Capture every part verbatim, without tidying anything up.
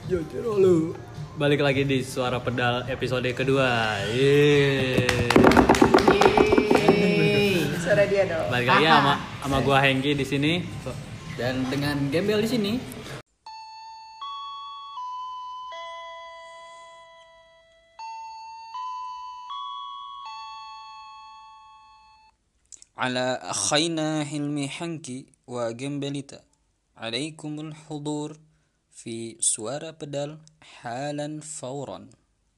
Jujur lu. Balik lagi di Suara Pedal episode kedua. Yeay. Suara dia dong. Balik lagi sama sama gua Hengki di sini dan dengan Gembel di sini. Ala akhaina Hilmi Hengki wa Gembelita. Alaikumul hudur fi Suara Pedal halan fauran.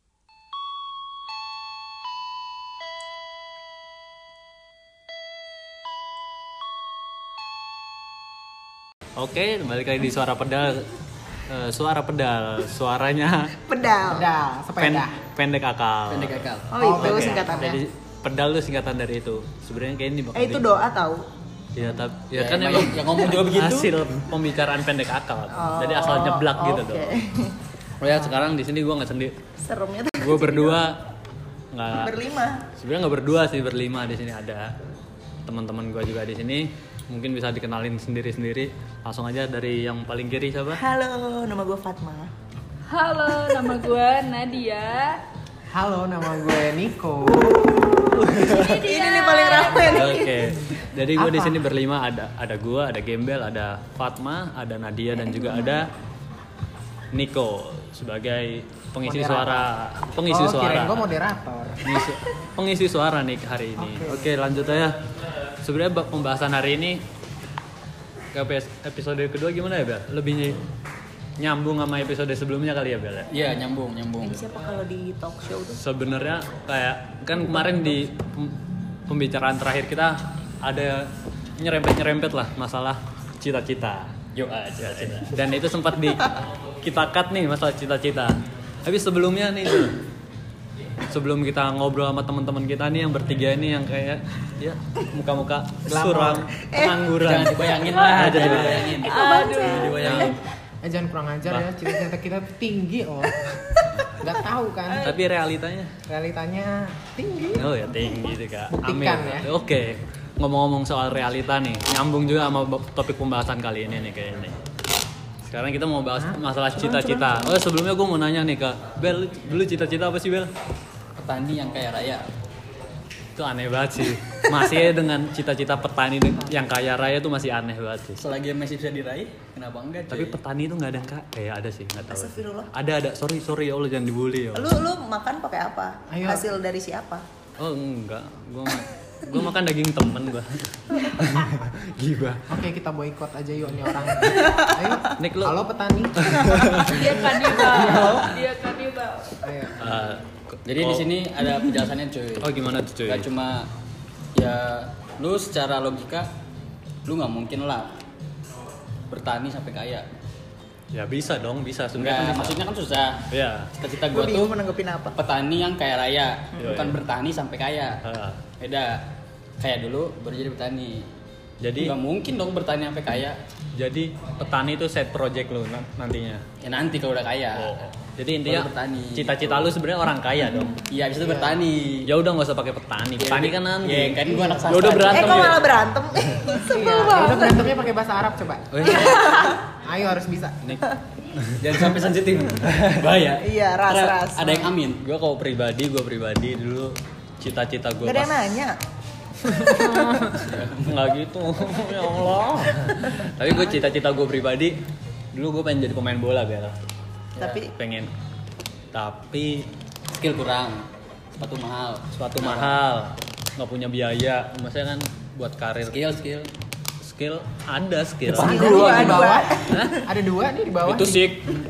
Oke, balik lagi di Suara Pedal. Uh, suara pedal, suaranya Pedal. Pedal, pen, sepeda. pendek akal. Pendek akal. Oh, itu Oke. singkatannya. Jadi pedal itu singkatan dari itu. Sebenarnya kayak ini bakal Eh itu di- doa tahu. Ya, tapi ya, Ya, kan emang emang yang ngomong juga begitu. hasil pembicaraan pendek akal. Oh, Jadi asal nyeblak gitu oke. dong. Oh ya, sekarang di sini gua nggak sendiri. Seremnya tuh. Gue berdua nggak. Berlima. Sebenarnya nggak berdua sih, berlima di sini ada teman-teman gue juga di sini. Mungkin bisa dikenalin sendiri-sendiri. Langsung aja dari yang paling kiri siapa? Halo, nama gue Fatma. Halo, nama gue Nadia. Halo, nama gue Niko. Ini nih paling ramai nih. Oke. Jadi gue di Apa? sini berlima, ada ada gue, ada Gembel, ada Fatma, ada Nadia dan juga ada Niko sebagai pengisi Moderator. suara, pengisi oh, suara. kirain gue moderator. Pengisi, pengisi suara nih hari ini. Oke, lanjut aja. Sebenarnya bab pembahasan hari ini ke episode kedua gimana ya, Bel? Lebih ny- nyambung sama episode sebelumnya kali ya, Bel? ya? Iya, nyambung, nyambung. Ini siapa kalau di talk show tuh? Sebenarnya kayak kan kemarin di pem- pembicaraan terakhir kita ada nyerempet-nyerempet lah masalah cita-cita. Yuk aja. Dan itu sempat di kita cut nih masalah cita-cita. Tapi sebelumnya nih, sebelum kita ngobrol sama teman-teman kita nih yang bertiga ini yang kayak ya muka-muka suram, pengangguran. Jangan dibayangin lah, Jangan jangan dibayangin. dibayangin. Aduh. Dibayangin. Eh jangan kurang ajar ya, cita-cita kita tuh tinggi loh. Gak tahu kan, Tapi realitanya, realitanya tinggi. oh ya tinggi sih Kak. Amin. Buktikan ya. Oke, ngomong-ngomong soal realita nih, nyambung juga sama topik pembahasan kali ini nih kayaknya. Sekarang kita mau bahas masalah cita-cita. Oh sebelumnya gue mau nanya nih Kak, Bel, dulu cita-cita apa sih Bel? Petani yang kaya raya. Itu aneh banget sih. Masih dengan cita-cita petani yang kaya raya itu masih aneh banget sih. Selagi masih bisa diraih, kenapa enggak? Tapi cuy? petani itu nggak ada kak? Eh ada sih, nggak tahu. Astagfirullah. Ada ada. Sorry sorry ya Allah jangan dibully ya. Lu lu makan pakai apa? Ayo. Hasil dari siapa? Oh enggak, gua ma- gua makan daging temen gua. Gibah. Oke, kita boikot aja yuk nih orang. Ayo, Nik, lu- halo petani. Dia kanibal. Dia kanibal. Ayo. Uh, Jadi di sini ada penjelasannya cuy. Oh gimana tuh cuy? Gak cuma ya lu secara logika lu nggak mungkin lah bertani sampai kaya. Ya bisa dong, bisa. Enggak, Sebenarnya kan bisa. maksudnya kan susah. Iya. Cita-cita Gue gua tuh bingung menanggepin apa. petani yang kaya raya, Iya, bukan iya. bertani sampai kaya. Ah, Beda. Kayak dulu baru jadi petani. jadi Nggak mungkin dong bertani sampai kaya. jadi petani itu set project lu nan- nantinya. Ya nanti kalau udah kaya. Oh. Jadi intinya Baru bertani. cita-cita lu sebenarnya orang kaya dong. Iya, bisa tuh bertani. Ya udah nggak usah pakai petani. Petani kan nanti. Ya kan gua anak Ya udah sastra. berantem Eh kok ya. malah berantem? Iya, udah berantemnya pakai bahasa Arab coba. Oh, iya. Ayo harus bisa. Nik, Jangan sampai sensitif. Bahaya. Iya, ras, Karena ras. Ada yang amin. gue kalau pribadi, gue pribadi dulu cita-cita gue Gak ada yang nanya. nggak gitu, ya Allah. Tapi gue cita-cita gue pribadi dulu gue pengen jadi pemain bola Bel. Tapi Pengen. Tapi Skill kurang. Sepatu mahal. suatu mahal, nggak punya biaya. Maksudnya kan buat karir. Skill, skill. Skill ada skill. Depan Skill dua dua, di bawah. Hah? Ada dua nih di bawah. Itu nih. sih.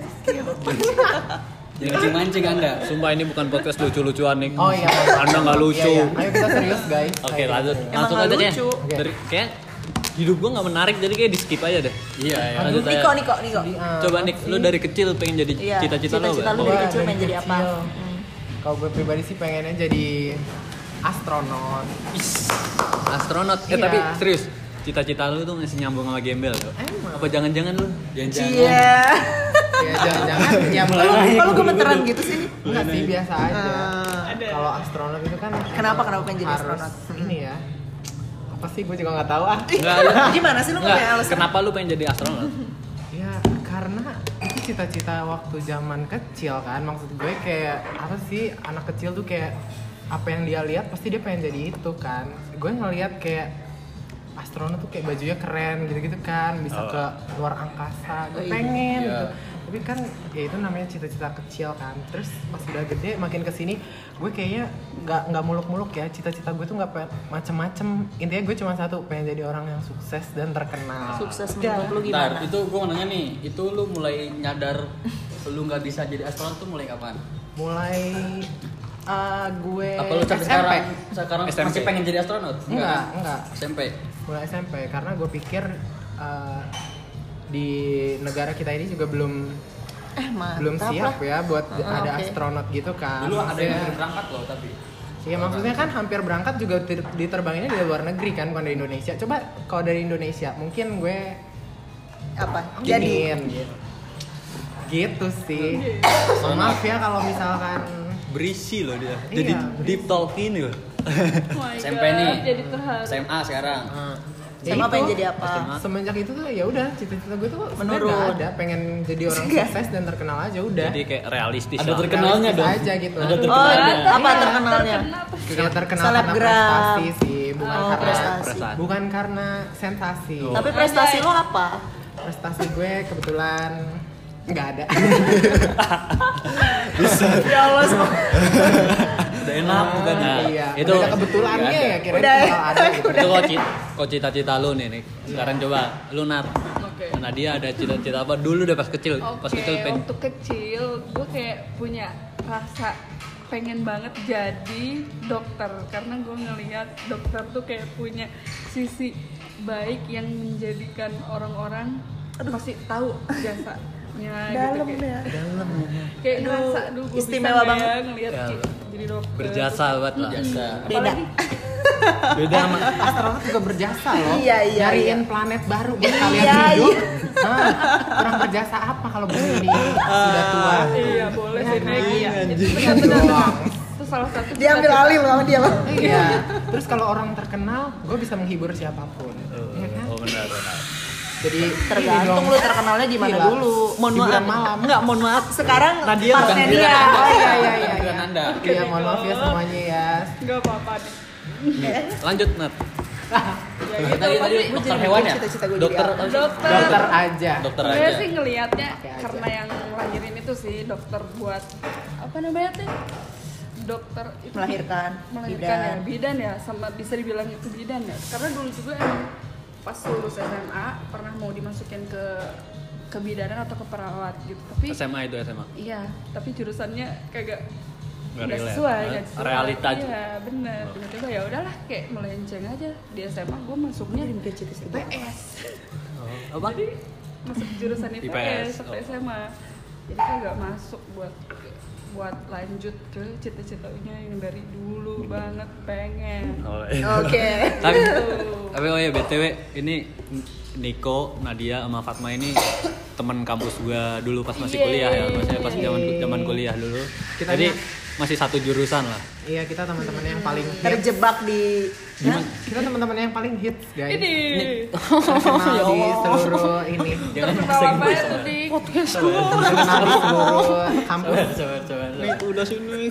Jangan mancing-mancing Anda. Sumpah ini bukan podcast lucu-lucuan nih. Oh iya. Anda nggak lucu. Iya, iya. Ayo kita serius guys. Oke Ayo, lanjut, serius. langsung Emang aja nggak kayak. lucu. Dari kayak hidup gue nggak menarik jadi kayak di skip aja deh. Iya, iya. Lanjut aja. Niko, Niko, Niko. Jadi, ah, Coba Nik, lu dari kecil pengen jadi Iya, cita-cita lo cita-cita Bel? lu dari Gua kecil pengen jadi apa? kecil. Hmm. Kalau gue pribadi sih pengennya jadi astronot. Astronot. Eh Iya. tapi serius, cita-cita lu tuh masih nyambung sama Gembel loh. Emang. Apa jangan-jangan lu? Jangan-jangan. Iya. Ya jangan-jangan ya Mulai kalau lagi. Kalau gemeteran gitu sih. enggak sih biasa aja. Ah. Kalau astronot itu kan Kenapa kenapa pengen jadi harus astronot? Ini ya. Apa sih gue juga nggak tahu ah. Enggak, Gimana sih lu nggak enggak. punya alasan? Kenapa lu pengen jadi astronot? Ya karena itu cita-cita waktu zaman kecil kan. Maksud gue kayak apa sih, anak kecil tuh kayak apa yang dia lihat pasti dia pengen jadi itu kan. Gue ngelihat kayak astronot tuh kayak bajunya keren gitu-gitu kan, bisa Oh. ke luar angkasa. Gue Oh, iya. pengen Iya. gitu. Tapi kan ya itu namanya cita-cita kecil kan. Terus pas udah gede makin kesini gue kayaknya nggak nggak muluk-muluk ya. Cita-cita gue tuh nggak pe- macem-macem. Intinya gue cuma satu, pengen jadi orang yang sukses dan terkenal. Sukses Udah. menurut lu Bentar, gimana? itu gue mau nanya nih, itu lu mulai nyadar lu nggak bisa jadi astronot tuh mulai kapan? Mulai uh, gue Apa lu sampai S M P. sekarang sekarang S M P. masih pengen jadi astronot? Enggak, kan? enggak. S M P. Mulai S M P karena gue pikir uh, di negara kita ini juga belum Eh mantap belum siap lah. ya buat Ah, ada oke. astronot gitu kan. Dulu ada yang Maksudnya- hampir berangkat loh tapi. Iya maksudnya kan hampir berangkat juga ter- diterbanginnya dari luar negeri kan, bukan dari Indonesia. Coba kalau dari Indonesia mungkin gue Apa? Jadi ingin gitu. Gitu sih. Mohon maaf ya kalau misalkan Berisi loh dia. Iya, Jadi berisi. deep talk ini loh. Oh my S M P God, nih. Jadi terharu. S M A sekarang. uh, sama pengen jadi apa? Semenjak itu tuh ya udah cita-cita gue tuh sebenarnya Menurun. nggak ada, pengen jadi orang Enggak. sukses dan terkenal aja udah. Jadi kayak realistis Ada lah. terkenalnya Realistis dong. aja gitu. Ada Oh, terkenalnya. apa Iya. terkenalnya? Kenapa? Kayak terkenal karena Selebgram. prestasi sih, bukan Oh, karena prestasi. bukan karena sensasi. Oh. Tapi prestasi lo apa? Prestasi gue kebetulan nggak ada. Ya Allah, semua. Udah enak bukan? Nah, Iya. itu Udah ada kebetulannya nggak ada. ya kira Udah. bakal ada gitu. itu kok cita, kok cita-cita lu nih nih. Sekarang coba lu Nat. Oke. Nah dia ada cita-cita apa dulu deh pas kecil? Oke, Pas kecil pengen waktu kecil gue kayak punya rasa pengen banget jadi dokter karena gue ngelihat dokter tuh kayak punya sisi baik yang menjadikan orang-orang masih tahu jasanya Dalam gitu kayak, ya. kayak Aduh, ngerasa aduh gue istimewa bisa banget. ya ngelihat Ya. Ci jadi dokter berjasa banget lah. Biasa. Beda. apalagi Beda sama Astronot juga berjasa loh. Iya, iya, Nyariin iya. planet baru buat kalian Iya, hidup. Hah, kurang berjasa apa kalau bumi ini sudah tua? iya boleh sih Nek. Iya, Itu Iya benar-benar dong. itu salah satu Diambil cita-cita. alih loh sama dia loh. Iya. Terus kalau orang terkenal, gue bisa menghibur siapapun. Iya kan? Oh benar benar. Jadi ini Tergantung dong. lu terkenalnya di mana Gila. dulu. Mohon Hiburan maaf. malam. Enggak, mohon maaf. Sekarang Nadia partnya bukan dia. giliran Anda. Oh iya iya Bukan iya. giliran iya. Anda. Iya, mohon maaf ya semuanya ya. nggak apa-apa nih Lanjut Nat. ya gitu Tadi tadi tapi dokter hewan ya? Cita-cita gue Dokter jadi apa? dokter Dokter aja. dokter Gue aja. sih ngelihatnya Oke aja. karena yang lahirin itu sih dokter buat apa namanya tuh dokter itu Melahirkan, melahirkan bidan. ya bidan ya sama bisa dibilang itu bidan ya karena dulu juga emang pas lulus S M A pernah mau dimasukin ke kebidanan atau ke perawat gitu tapi S M A itu S M A. iya tapi jurusannya kagak Nggak nggak relate. sesuai nggak sesuai. Realita aja. iya benar tiba-tiba ya udahlah kayak melenceng aja di S M A gue masuknya di Mimpi cita-cita. I P S Oh, apa? jadi masuk jurusan I P S, I P S, sampai oh. S M A jadi kagak masuk buat buat lanjut ke cita-citanya yang dari dulu banget pengen Oh, iya. Oke. tapi Gitu. tapi oh ya B T W ini Niko, Nadia sama Fatma ini teman kampus gua dulu pas masih Yeay. kuliah ya, maksudnya pas zaman zaman kuliah dulu. Kita Jadi nya- masih satu jurusan lah. Iya, kita teman-teman yang paling hits. Terjebak di Gimana? Kita teman-teman yang paling hits, guys. ini Terkenal Ya di Allah. seluruh ini. Jangan terkenal apa ya di Terkenal di seluruh kampus. coba coba. Nih udah sini.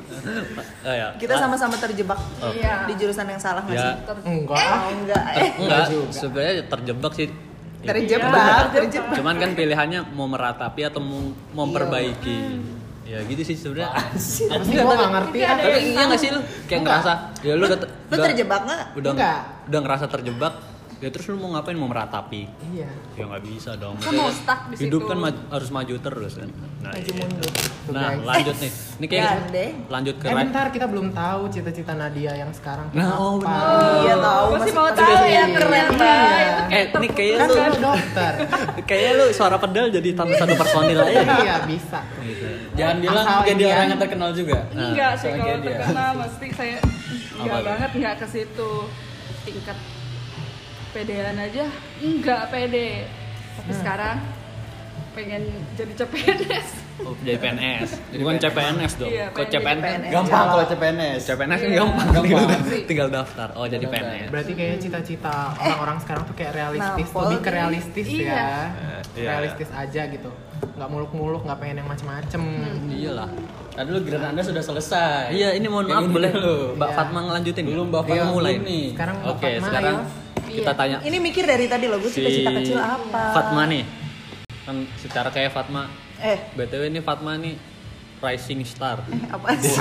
Oh ya. kita sama-sama terjebak Iya. di jurusan yang salah nggak Ya. sih? Enggak. Oh enggak. Eh, Enggak, juga. sebenarnya terjebak sih. terjebak, terjebak. Cuman kan pilihannya mau meratapi atau mau memperbaiki. Ya gitu sih sebenarnya. Apa sih gua enggak ngerti ah. Tapi iya nggak sih lu kayak ngerasa ya lu udah Lu terjebak nggak? udah Enggak. udah ngerasa terjebak ya terus lu mau ngapain, mau meratapi? Iya. Ya nggak bisa dong. Kan mau stuck di Hidup situ. kan maju- harus maju terus kan. Nah, Maju iya. mundur. Tuh, Nah guys. lanjut nih. Ini kayak Gandeng. lanjut ke Eh ra- bentar, kita belum tahu cita-cita Nadia yang sekarang. Nah, oh, apa. benar. Iya tahu. Gue sih masih- mau masih- tahu ya Iya. keren Iya. banget. Eh ini kayaknya Kan lu lu dokter. kayaknya lu suara pedal jadi tambah satu personil aja. Iya, bisa. Gitu. Jangan bilang Asal jadi Indian. orang yang terkenal juga. Enggak sih sama kalau kayak dia. terkenal mesti saya Apa enggak tuh? banget enggak ke situ tingkat pedean aja enggak pede tapi sekarang pengen jadi C P N S. Oh, jadi P N S. Bukan C P N S dong. Iya, Kok pengen C P N S? jadi P N S. Gampang kalau C P N S. C P N S kan Iya. gampang, Gampang. tinggal, tinggal daftar. Oh, jadi P N S. Berarti kayaknya cita-cita orang-orang sekarang tuh kayak realistis, Nah, lebih ke Paul, realistis iya. ya. Eh, iya. Realistis aja gitu. Nggak muluk-muluk, nggak pengen yang macem-macem. Iyalah. Tadi lu giliran Anda sudah selesai. Iya, ini mohon Yang maaf ini boleh dulu. Mbak Iya. Fatma ngelanjutin. Dulu Mbak Iya, Fatma mulai dulu nih. Sekarang Mbak Oke, Fatma, sekarang ayo. kita tanya Ini mikir dari tadi loh, gue si cita-cita kecil apa? Fatma nih. Kan secara kayak Fatma. Eh, B T W ini Fatma nih rising star. eh apa sih?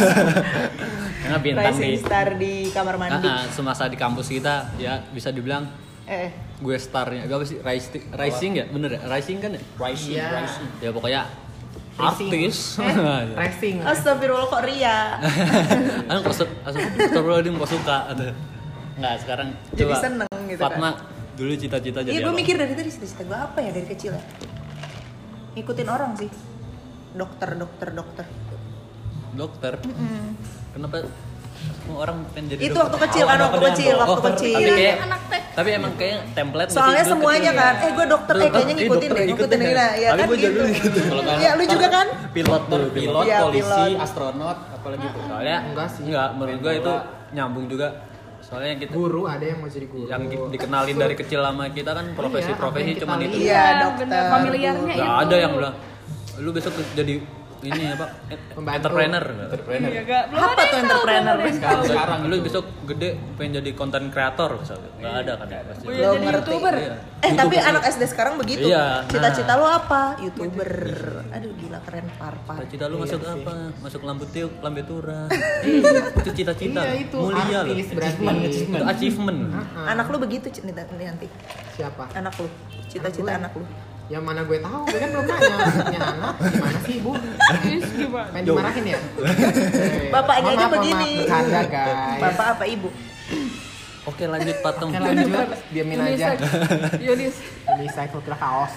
Karena bintang Rising di star di kamar mandi. Ah, ah, semasa di kampus kita ya bisa dibilang Eh, gue starnya. Apa sih rising rising ya? Bener ya? Rising kan ya? Rising, Iya. rising. Ya pokoknya Racing. artis. Racing. astagfirullah kok ria. Kan kok su- astagfirullahaladzim kok suka. Enggak, sekarang Jadi coba seneng gitu Fatma dulu cita-cita jadi Iya, gue apa? mikir dari tadi cita-cita gue apa ya dari kecil ya? Ngikutin orang sih. Dokter, dokter, dokter. Dokter. Kenapa semua orang pengen jadi Itu dokter? waktu kecil kan, waktu kecil, waktu Oh, kecil. Tapi kayak Anak teh. tapi emang kayak template Soalnya nggak sih? Dulu semuanya kecil kan, ya. eh gue dokter, eh kayaknya Eh, ngikutin dokter, deh, ngikutin ya. deh, nah, ya Tapi kan gue gitu. jadi gitu. Kalau kan Iya, lu juga kan? Pilot tuh, pilot, Iya, polisi, pilot. astronot, apalagi tuh. Soalnya Enggak sih. Enggak, menurut gue itu Bola. nyambung juga. Soalnya yang kita Guru ada yang mau jadi guru. yang di- dikenalin dari kecil sama kita kan profesi-profesi apa yang cuman kita itu. Iya, dokter, bener. Familiarnya Gak itu. ada yang bilang lu besok jadi ini apa? en- Pembantu. Entrepreneur. Entrepreneur. Iya, gak. Belum Apa ada yang tuh tahu, entrepreneur? belum ada yang Sekarang, tahu. sekarang Lu besok gede pengen jadi content creator misalnya. Enggak ada kan ya pasti. Oh, iya, Belum jadi ngerti. YouTuber. Iya. Eh, tapi YouTuber. anak S D sekarang begitu. Iya, Cita-cita nah. lo apa? YouTuber. Aduh, gila keren parpar. Cita-cita lu masuk Iya sih. apa? Masuk lambe tiup, lambe tura. Itu cita-cita. Iya itu Mulia loh. artis berarti. Itu achievement. Ah, Anak lu begitu Cik, nanti nanti. Siapa? Anak lu. Cita-cita anak lu. Yang mana gue tahu, gue kan belum nanya. Punya anak, gimana sih ibu? Ih, gimana? Main dimarahin ya? Eh, Bapaknya mohon aja maaf, mohon begini. maaf, bercanda guys. Bapak apa ibu? Oke, lanjut Patung. Oke lanjut, diamin aja. Unisex. Yunis. Ini cycle kira kaos.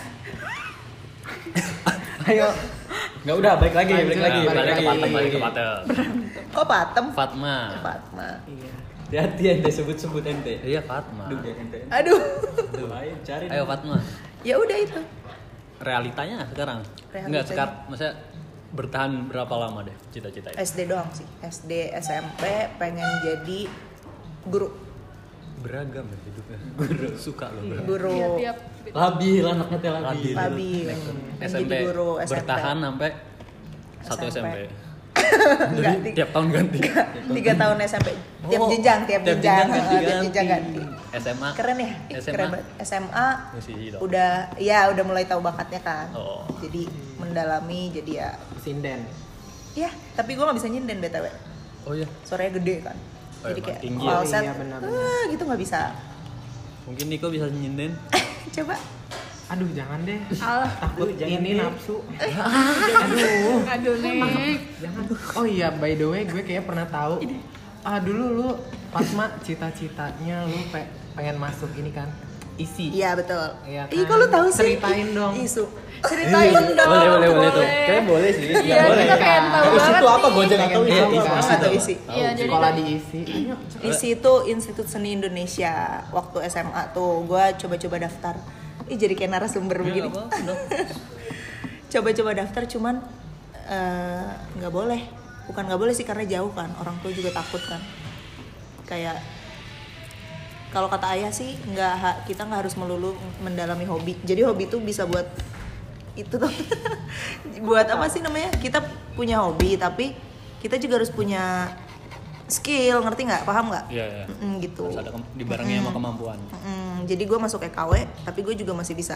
Ayo. Enggak udah, balik lagi, Lanjut, balik lagi, Balik balik ke lagi. Patung, balik ke Patung. Kok Patem? Fatma. Fatma. Iya. Hati-hati ente sebut-sebut ente. Iya, Fatma. Aduh, dia ente. Aduh. Ayo cari. Ayo Fatma. Ya udah itu. Realitanya sekarang. Realitanya. Enggak sekarang, maksudnya bertahan berapa lama deh cita-cita itu? S D doang sih. S D, S M P pengen jadi guru. Beragam ya hidupnya. Guru suka loh. bro. Guru. Iya, tiap Labil anaknya teh labil. Labil. S Pengen M P jadi guru S M P. bertahan sampai satu S M P. Enggak, Jadi ti- tiap tahun ganti. tiga tahun S M P. Tiap Oh, jenjang, tiap tiap jenjang, jenjang ganti, tiap ganti. jenjang ganti. S M A. Keren ya? Ih, S M A. keren banget. S M A Masih dong. udah ya udah mulai tahu bakatnya kan. Oh. Jadi mendalami jadi ya Sinden. ya, tapi gue nggak bisa nyinden B T W. Oh iya. Suaranya gede kan. Oh, Jadi emang kayak tinggi ya? falset. Iya, benar-benar. ah, gitu nggak bisa. Mungkin Niko bisa nyinden. Coba. Aduh jangan deh. alah. Takut ini nafsu. Aduh nih. Jangan. Oh iya, by the way, gue kayak pernah tahu. Ah dulu lu Fatma cita-citanya lu pe- pengen masuk ini kan isi. Iya betul. Iya Ih, kan? kok lu tahu sih? Ceritain dong. Isu. Ceritain dong. Boleh, boleh, boleh tuh. Kayaknya boleh sih. Iya, kita pengen tahu Isi banget itu apa nih. Gojek atau Pengen isi? tahu Isi. kan? Nggak tahu isi. Iya, jadi Sekolah kan- diisi. Ayo. Isi itu Institut Seni Indonesia. Waktu S M A tuh gue coba-coba daftar. Ih jadi kayak narasumber Iya, begini. nggak apa-apa, dong. Coba-coba daftar cuman eh, nggak boleh. Bukan nggak boleh sih karena jauh kan. Orang tua juga takut kan. Kayak kalau kata ayah sih nggak ha- kita nggak harus melulu mendalami hobi. Jadi hobi tuh bisa buat itu tuh buat apa sih namanya? Kita punya hobi tapi kita juga harus punya skill, ngerti nggak? Paham nggak? Iya, iya. Mm, gitu. Harus ada kem- dibarengi sama kemampuan. Mm, jadi gue masuk E K W, tapi gue juga masih bisa.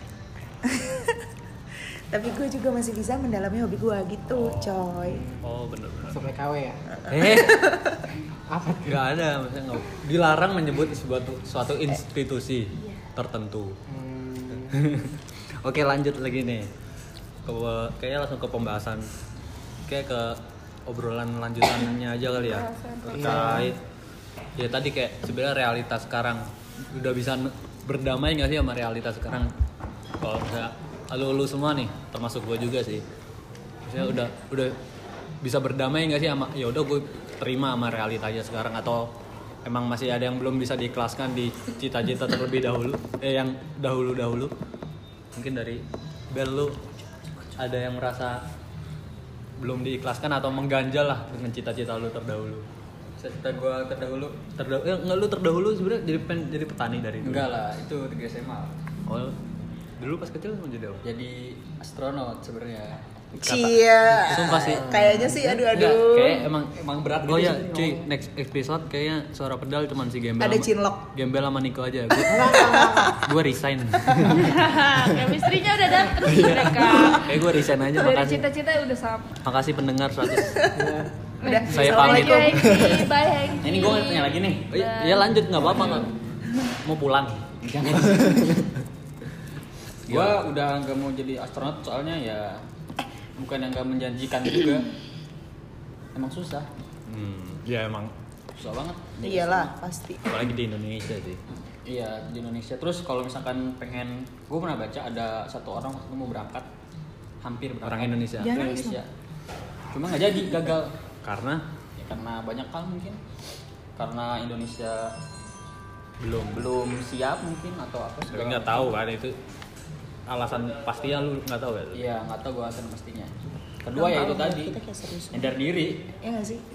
Tapi gue juga masih bisa mendalami hobi gue gitu, coy. Oh, bener-bener. Masuk P K W ya. Eh, Apa? nggak ada, maksudnya nggak dilarang menyebut suatu suatu institusi tertentu. Hmm, Oke, lanjut lagi nih. Ke, kayaknya langsung ke pembahasan. Kayak ke obrolan lanjutannya aja kali ya. Terkait ya tadi kayak sebenarnya realitas sekarang udah bisa n- berdamai nggak sih sama realitas sekarang? Kalau misalnya lu, lu semua nih, termasuk gue juga sih. Maksudnya udah udah bisa berdamai nggak sih sama ya udah gue terima sama realitanya sekarang atau emang masih ada yang belum bisa diikhlaskan di cita-cita terlebih dahulu eh yang dahulu-dahulu mungkin dari Bel, lu ada yang merasa belum diikhlaskan atau mengganjal lah dengan cita-cita lu terdahulu? Cita gue terdahulu Terdahulu, ya, enggak, lu terdahulu sebenarnya jadi pen, jadi petani dari dulu. enggak lah, itu tiga S M A. Oh, dulu pas kecil mau jadi apa? Jadi astronot sebenarnya. Cia. Sumpah sih. Kayaknya sih aduh Enggak, aduh. kayak emang Emang berat Oh gitu ya, sih cuy, ngomong. next episode kayaknya suara pedal cuman si Gembel. Ada sama- cinlok. Gembel sama Niko aja. Gue resign. Chemistry-nya udah dapet mereka. Kayak gue resign aja, Dari makasih. cita-cita udah sama. Makasih pendengar seratus. Udah. Saya pamit. Assalamualaikum, Hengki. Bye Hengki. Ini gue nanya lagi nih. Oh, iya, iya lanjut nggak apa-apa kan. Mau pulang. Jangan. Gue udah nggak mau jadi astronot soalnya ya bukan yang nggak menjanjikan juga. Emang susah, Hmm, ya emang susah banget. Iyalah pasti. apalagi di Indonesia sih. Iya di Indonesia. Terus kalau misalkan pengen, gue pernah baca ada satu orang waktu itu mau berangkat, hampir berangkat. Orang Indonesia. Orang Indonesia. Cuma nggak jadi, gagal. Karena Ya, karena banyak hal mungkin. Karena Indonesia belum belum siap mungkin atau apa Tapi segala nggak tahu kan itu alasan pastinya lu nggak tahu kan? Iya, nggak tahu gue alasan pastinya. Kedua ya itu Tahu, tadi, kita kayak serius. sadar diri. Ya nggak sih?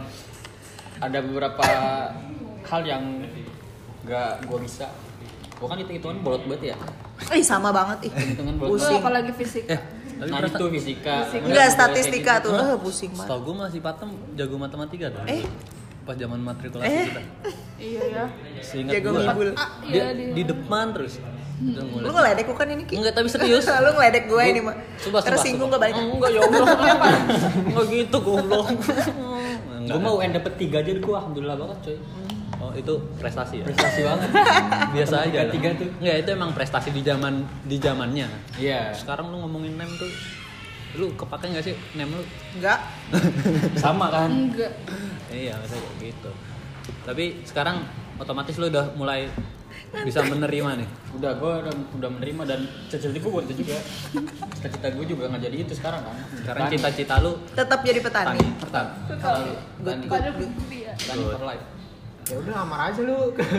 Ada beberapa hal yang nggak gue bisa. Gue kan hitung-hitungan bolot banget ya. Eh sama banget ih. Hitungan bolot Gue Pusing. banget. apalagi fisik. Eh, tapi Nah perasaan- itu fisika. Enggak statistika Kayak tuh. gitu. Eh pusing banget. Setahu gue masih Patem jago matematika tuh. Eh. Pas zaman matrikulasi Eh. kita. Iya ya. Seingat Jago gue ngibul. Ah, dia iya, dia. di depan terus. Udah mulai. Lu ngeledek bukan ini Ki? Enggak, tapi serius. Lu ngeledek gue ini mah. Coba, coba, Tersinggung coba. gak balik. Oh, enggak ya Allah. Enggak gitu goblok. Gue mau U N dapet tiga aja gue alhamdulillah banget coy. Oh, itu prestasi ya? Prestasi banget. Biasa aja. Matematika tiga tuh. Enggak, itu emang prestasi di zaman di zamannya. Iya. Sekarang lu ngomongin nem tuh lu kepake nggak sih nem lu? Enggak. Sama kan. Enggak. Iya, kayak gitu. Tapi sekarang otomatis lu udah mulai bisa menerima nih. Udah gue udah, udah menerima dan cita-cita gue buat itu juga. Cita-cita gue juga nggak jadi itu sekarang kan. Sekarang Petani. cita-cita lu Tetap jadi petani. petani. Petani. Tetap. Petani. Pada kuliah. Petani Good. for life. Ya udah lamar aja lu.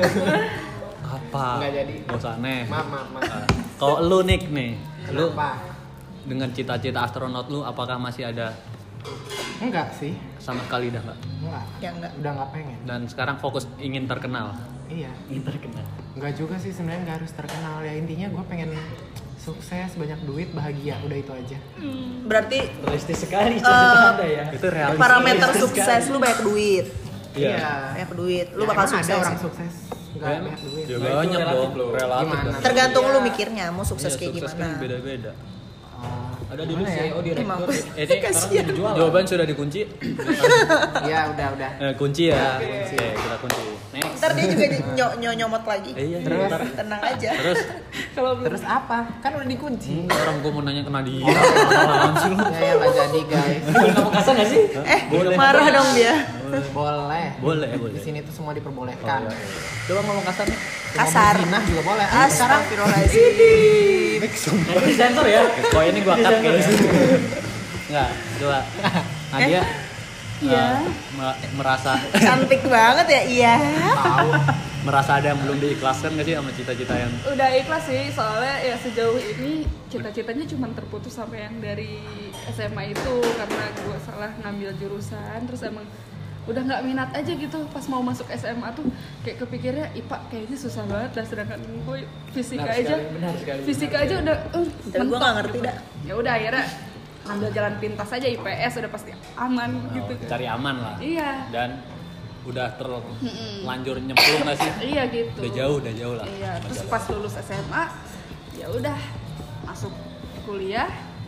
Apa? Nggak jadi. Nggak usah aneh. Maaf, maaf, maaf. Ah, Kalau lu Nick nih, lu Kenapa? dengan cita-cita astronot lu apakah masih ada Enggak sih. sama sekali dah nggak? Enggak. Ya enggak. Udah nggak pengen. Dan sekarang fokus ingin terkenal. Iya. Terkenal. Enggak juga sih sebenarnya, nggak harus terkenal ya, intinya gue pengen sukses, banyak duit, bahagia, udah itu aja. Berarti Realistis sekali Eh, cita-cita Anda ya. Itu realistis. parameter sukses lu banyak duit. Iya. Banyak duit. Lu Ya, bakal emang sukses. ada orang sukses nggak Ya, banyak duit. ya Nah, itu banyak relatif dong, loh. relatif Gimana? dong. Tergantung Iya. lu mikirnya mau sukses Iya, kayak sukses gimana. kan beda-beda. Oh, Ada di gimana C E O Emang. direktur. Eh, ini Kasian. sekarang dijual. Jawaban sudah dikunci. Iya udah udah. Eh, kunci ya. Oke, kita kunci. Next. Ntar dia juga ny ny- nyomot lagi. Eh, iya, Terus? ntar. Tenang aja. Terus Kalau belum Terus apa? Kan udah dikunci. enggak, orang gua mau nanya ke Nadia. Apaan sih lu? Ya ya nggak jadi guys. Kamu kasar nggak sih? Eh, marah dong dia. Boleh. Boleh, Di boleh. sini tuh semua Oh, diperbolehkan. iya. Coba ngomong kasar nih. Kasar. Zina juga boleh. Ah, sekarang Astagfirullahaladzim. Nanti sensor ya. Kok ini gua cut kayaknya. Enggak, coba. Nadia Iya. eh, me- merasa Cantik banget ya, iya. tahu. merasa ada yang belum diikhlaskan nggak sih sama cita-cita yang udah ikhlas sih, soalnya ya sejauh ini cita-citanya cuma terputus sampai yang dari S M A itu karena gue salah ngambil jurusan, terus emang udah nggak minat aja gitu. Pas mau masuk S M A tuh kayak kepikirnya I P A kayaknya susah banget dah, sedangkan gue fisika Benar aja sekali, benar sekali, fisika benar aja sekali. udah uh, Dan gue nggak ngerti dah. ya udah akhirnya ngambil jalan pintas aja, I P S udah pasti aman gitu. oh, cari aman lah Iya. dan udah terlanjur nyemplung nggak sih? Iya gitu. Udah jauh, udah jauh lah. Iya, terus pas lulus S M A ya udah masuk kuliah,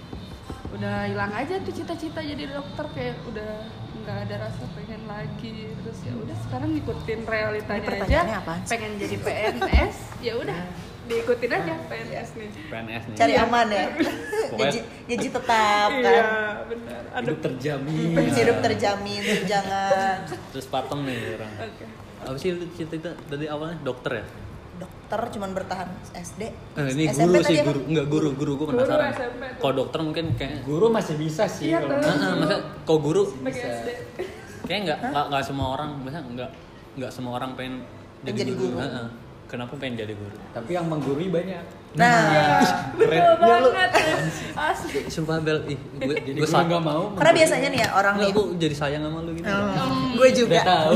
udah hilang aja tuh cita-cita jadi dokter, kayak udah nggak ada rasa pengen lagi. Terus ya udah sekarang ngikutin realitanya Ini aja. pertanyaannya apaan sih? Pengen jadi P N S, ya udah diikutin aja P N S nih. P N S nih. Cari aman ya. Pokoknya- Gaji, gaji tetap kan. Iya, benar. Ada Hidup terjamin. Hidup terjamin, jangan. Terus patem nih orang. Oke. Apa sih lu cita-cita dari awalnya dokter ya? Dokter cuman bertahan S D. Eh, ini S M P guru tadi sih, apa? guru. Enggak guru, guru gue Guru penasaran. S M P tuh. Kalau dokter mungkin kayak Guru masih bisa sih. Iya, kalau- tuh. Heeh, masa kok guru Sebagai S D. kayak enggak enggak enggak semua orang, biasanya enggak enggak semua orang pengen Jadi guru. Heeh. kenapa pengen jadi guru? Tapi yang menggurui banyak. Nah, Betul banget. Asli. Sumpah Bel, ih, gue Jadi gue gue nggak mau. karena biasanya nih ya orang Enggak, nih. gue jadi sayang sama lu gitu. Gue juga. Udah tahu.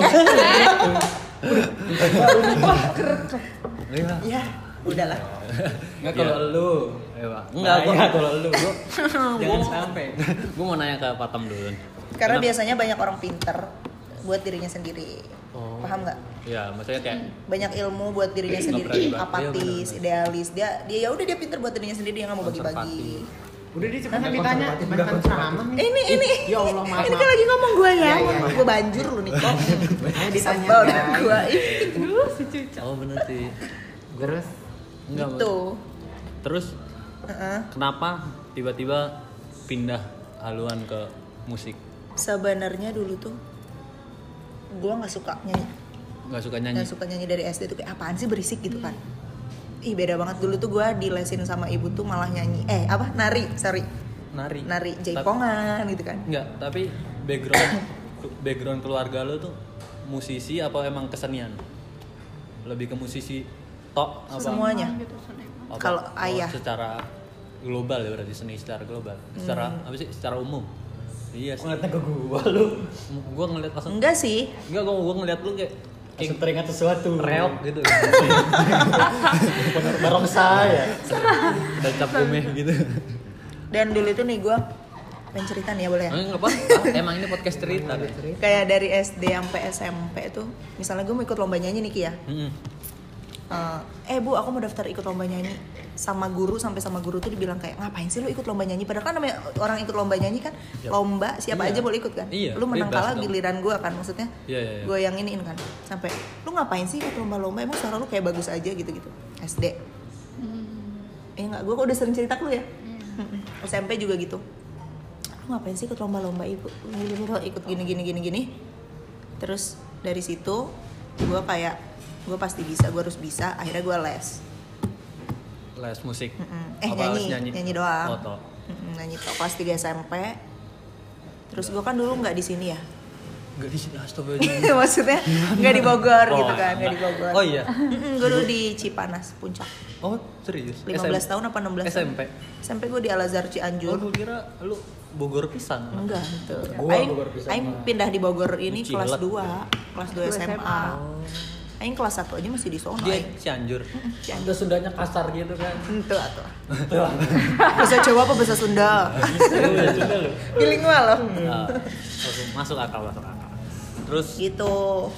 Iya. Ya, udahlah. Nggak kalau Iya. lu. Enggak, enggak gue Bahaya kalau lu. Gua, jangan sampai. gue mau nanya ke Patam dulu. Karena Kenapa- biasanya banyak orang pinter buat dirinya sendiri. Oh. Paham nggak? Ya, maksudnya kayak Banyak ilmu buat dirinya Nggak sendiri, berani banget. apatis, Iya, idealis. Dia dia ya udah dia pinter buat dirinya sendiri, dia nggak mau bagi-bagi. Udah dia cepetan ditanya, kebanyakan ceramah nih. Ini ini. Ya Allah, maaf. Ini kan lagi ngomong gue ya. Iya, iya, iya. Gue banjur lu nih kok. Ayo ditanya. Sebel dah guys. gue. Aduh, si cucok. oh bener sih. Terus Enggak. Gitu. Terus Heeh. kenapa tiba-tiba pindah haluan ke musik? Sebenarnya dulu tuh gue nggak suka nyanyi, Nggak suka nyanyi? nggak suka nyanyi dari S D tuh kayak apaan sih berisik gitu kan. Ih beda banget dulu tuh gue dilesin sama ibu tuh malah nyanyi. Eh apa nari sorry Nari. nari Tapi- jaipongan gitu kan. Enggak, tapi background background keluarga lo tuh musisi apa emang kesenian? Lebih ke musisi tok apa? Semuanya. Gitu, seneng. Apa? Kalau Oh, ayah. secara global ya berarti seni secara global. Secara Hmm. apa sih? Secara umum. Iya sih. Ngeliatnya ke gua lu. Gua ngeliat langsung Enggak sih. enggak gua, gua ngeliat lu kayak Langsung teringat sesuatu. reok gitu. Barong saya. Dan cap gomeh gitu. Dan dulu itu nih gue pengen cerita nih ya boleh ya. Enggak apa-apa. Emang ini podcast cerita. Kayak dari S D sampai S M P tuh, misalnya gue mau ikut lomba nyanyi nih Ki ya. Mm-mm. Eh, eh bu, aku mau daftar ikut lomba nyanyi. Sama guru sampai sama guru tuh dibilang kayak ngapain sih lu ikut lomba nyanyi? Padahal kan namanya orang ikut lomba nyanyi kan Yap. lomba siapa Iya. aja boleh ikut kan. Iya, Lu menang bebas kalah dong. giliran gue kan maksudnya. Iya, iya, iya. Gue yang iniin kan. Sampai lu ngapain sih ikut lomba-lomba? Emang suara lu kayak bagus aja gitu-gitu. S D. Eh enggak, gue kok udah sering cerita ke lu ya. S M P juga gitu. Lu ngapain sih ikut lomba-lomba ikut ikut gini gini gini gini. Terus dari situ gue kayak gue pasti bisa, gue harus bisa. Akhirnya gue les. Les musik. Mm-mm. Eh Apa nyanyi, les nyanyi, doang. Oh, toh. Mm-mm, nyanyi tok kelas tiga S M P. Terus gue kan dulu nggak di sini ya. Enggak di sini astagfirullah. Maksudnya nggak di Bogor Oh, gitu kan, nggak di enggak. Bogor. Oh iya. gue dulu di Cipanas, Puncak. Oh, serius? lima belas tahun apa enam belas S M P. S M P gue di Al Azhar Oh, Cianjur. gue kira lu Bogor pisan. Enggak, gitu. Gua Aing, Bogor pisan Aing mah. pindah di Bogor ini Cilet. kelas dua, kelas dua Dua S M S M A. Oh. Aing kelas satu aja masih di sono. Dia Aing. Cianjur. Itu Sundanya kasar gitu kan. Itu atuh. Bahasa Jawa apa bahasa Sunda? Sunda lu. Bilingual loh. Ah, oke, masuk akal, masuk akal. Terus Gitu.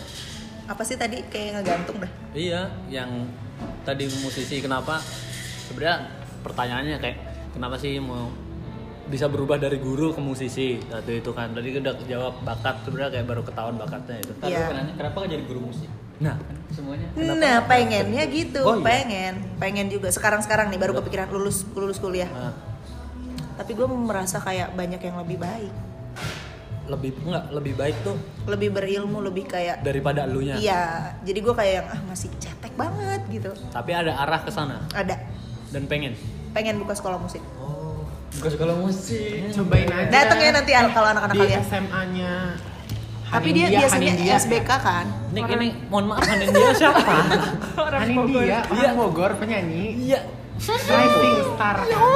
Apa sih tadi kayak ngegantung dah. iya, yang tadi musisi kenapa? Sebenarnya pertanyaannya kayak kenapa sih mau bisa berubah dari guru ke musisi waktu itu kan tadi udah jawab bakat sebenarnya kayak baru ketahuan bakatnya itu. Tapi Iya. kenapa kenapa nggak jadi guru musik? Nah, kan semuanya. Nah, pengennya gitu, Oh, iya. pengen, pengen juga. Sekarang-sekarang nih baru kepikiran lulus lulus kuliah. Nah, Tapi gue merasa kayak banyak yang lebih baik, lebih enggak lebih baik tuh lebih berilmu, lebih kayak daripada elunya. iya. Jadi gue kayak yang ah masih cetek banget gitu. Tapi ada arah ke sana Ada dan pengen. pengen buka sekolah musik. Oh, Bukan sekolah musik. cobain aja. Datang ya nanti al- kalau anak-anak di kalian. S M A-nya. Tapi dia biasanya Hanindia. S B K kan. Nik ini mohon maaf Hanin dia siapa? Hanindia, orang Bogor penyanyi. Iya. Rising Star.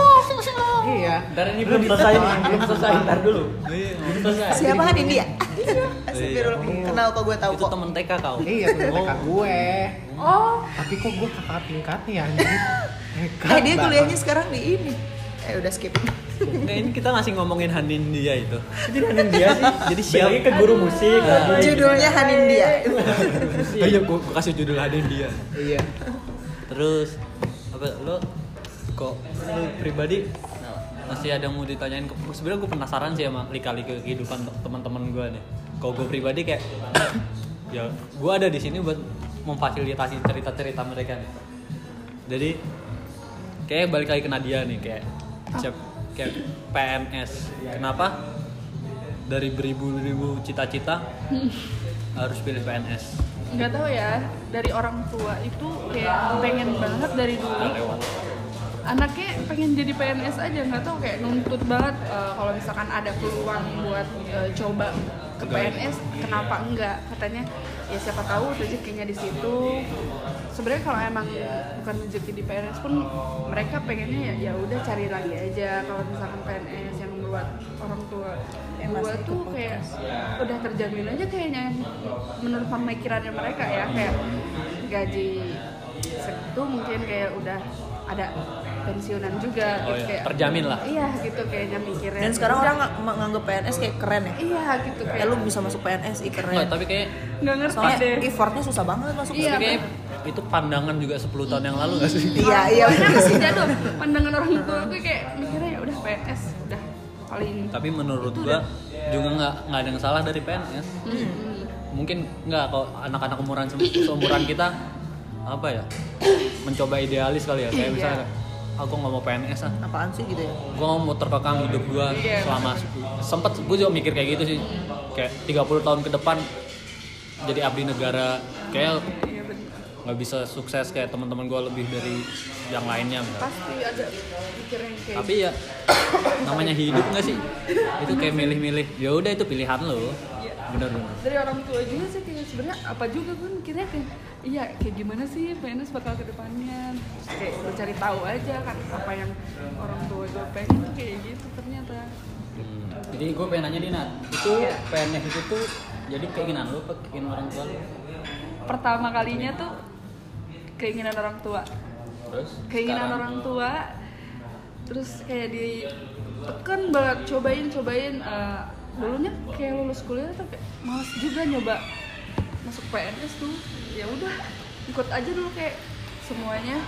Iya. Ntar ini belum selesai nih, belum selesai. Ntar dulu. Belum selesai. Siapa kan India? Astagfirullah. Kenal kok gue tahu Itu kok. temen T K kau. Iya, temen T K gue. Oh, Tapi kok gue kakak tingkatnya ya, anjir. Nekat Eh dia banget. kuliahnya sekarang di ini. Eh udah skip. Nah, ini kita masih ngomongin Hanin dia itu. Jadi Hanin dia sih. Jadi Balik lagi ke guru musik. lagi. Judulnya Hanindia. Ayo gua, gua kasih judul Hanin dia. Iya. Terus apa lo kok lo pribadi masih ada yang mau ditanyain ke sebenarnya gue penasaran sih sama lika-liku kehidupan teman-teman gue nih. Kalau gue pribadi kayak ya gue ada di sini buat memfasilitasi cerita-cerita mereka nih. Jadi kayak balik lagi ke Nadia nih kayak siap kayak P N S. Kenapa dari beribu-ribu cita-cita harus pilih P N S? nggak tahu ya. Dari orang tua itu kayak pengen banget dari dulu. Nggak lewat. anaknya pengen jadi P N S aja, nggak tahu kayak nuntut banget uh, kalau misalkan ada peluang buat uh, coba ke P N S, kenapa enggak? Katanya ya siapa tahu rezekinya di situ. Sebenarnya kalau emang bukan rezeki di P N S pun mereka pengennya ya ya udah cari lagi aja. Kalau misalkan P N S yang buat orang tua gue tuh kayak udah terjamin aja kayaknya menurut pemikirannya mereka ya, kayak gaji segitu mungkin kayak udah ada pensiunan juga Oh gitu, iya, kayak terjamin lah. iya gitu kayaknya mikirnya. Dan sekarang orang nggak menganggap P N S kayak keren ya. iya gitu Eh kayak lu bisa masuk P N S, ih keren. Nggak, tapi kayak nggak ngerti Soalnya deh. effortnya susah banget masuk. Iya, tapi kayak itu pandangan juga sepuluh tahun yang lalu nggak sih? Iya iya. Pokoknya masih jadul. Pandangan orang tua gue kayak mikirnya ya udah P N S udah paling. Tapi menurut gua juga nggak nggak ada yang salah dari P N S. Hmm. Mungkin nggak kalau anak-anak umuran se- seumuran kita apa ya, mencoba idealis kali ya, kayak Iya. misalnya aku nggak mau P N S ah, Apaan sih gitu ya? gue mau terkekang hidup gue Iya, selama sempet gue juga mikir kayak gitu sih, kayak tiga puluh tahun ke depan jadi abdi negara, kayak Iya bener. nggak bisa sukses kayak teman-teman gue lebih dari yang lainnya misalnya. Pasti ada pikiran kayak Tapi ya namanya hidup nggak sih, itu kayak milih-milih, ya udah itu pilihan lo, bener-bener. dari orang tua juga sih kayak sebenarnya apa juga gue mikirnya kayak iya kayak gimana sih P N S bakal ke depannya. Terus kayak gue cari tahu aja kan apa yang orang tua gue pengen tuh kayak gitu ternyata. Hmm. Jadi gue pengen nanya Dina, itu Iya. P N S itu tuh jadi keinginan lu apa keinginan orang tua lu? Pertama kalinya tuh keinginan orang tua. Terus Keinginan sekarang? orang tua terus kayak ditekan banget cobain cobain eh, dulunya kayak lulus kuliah tuh kayak males juga nyoba masuk P N S tuh, ya udah ikut aja dulu kayak semuanya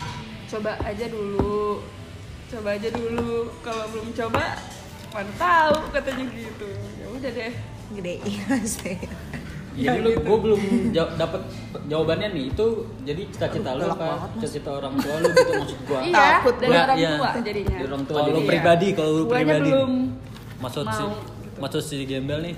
coba aja dulu coba aja dulu kalau belum coba mana tahu katanya gitu, ya udah deh. Gedein sih. Jadi lu gue belum jawab, dapet jawabannya nih, itu jadi cita-cita lu Galak apa banget, Mas. cita-cita orang tua lu gitu maksud gua. Iya Takut dari gua. orang Iya. tua jadinya. Dari orang tua Kalau lu jadi. pribadi, kalau lu Guanya pribadi belum maksud mau, si gitu. maksud si gembel nih,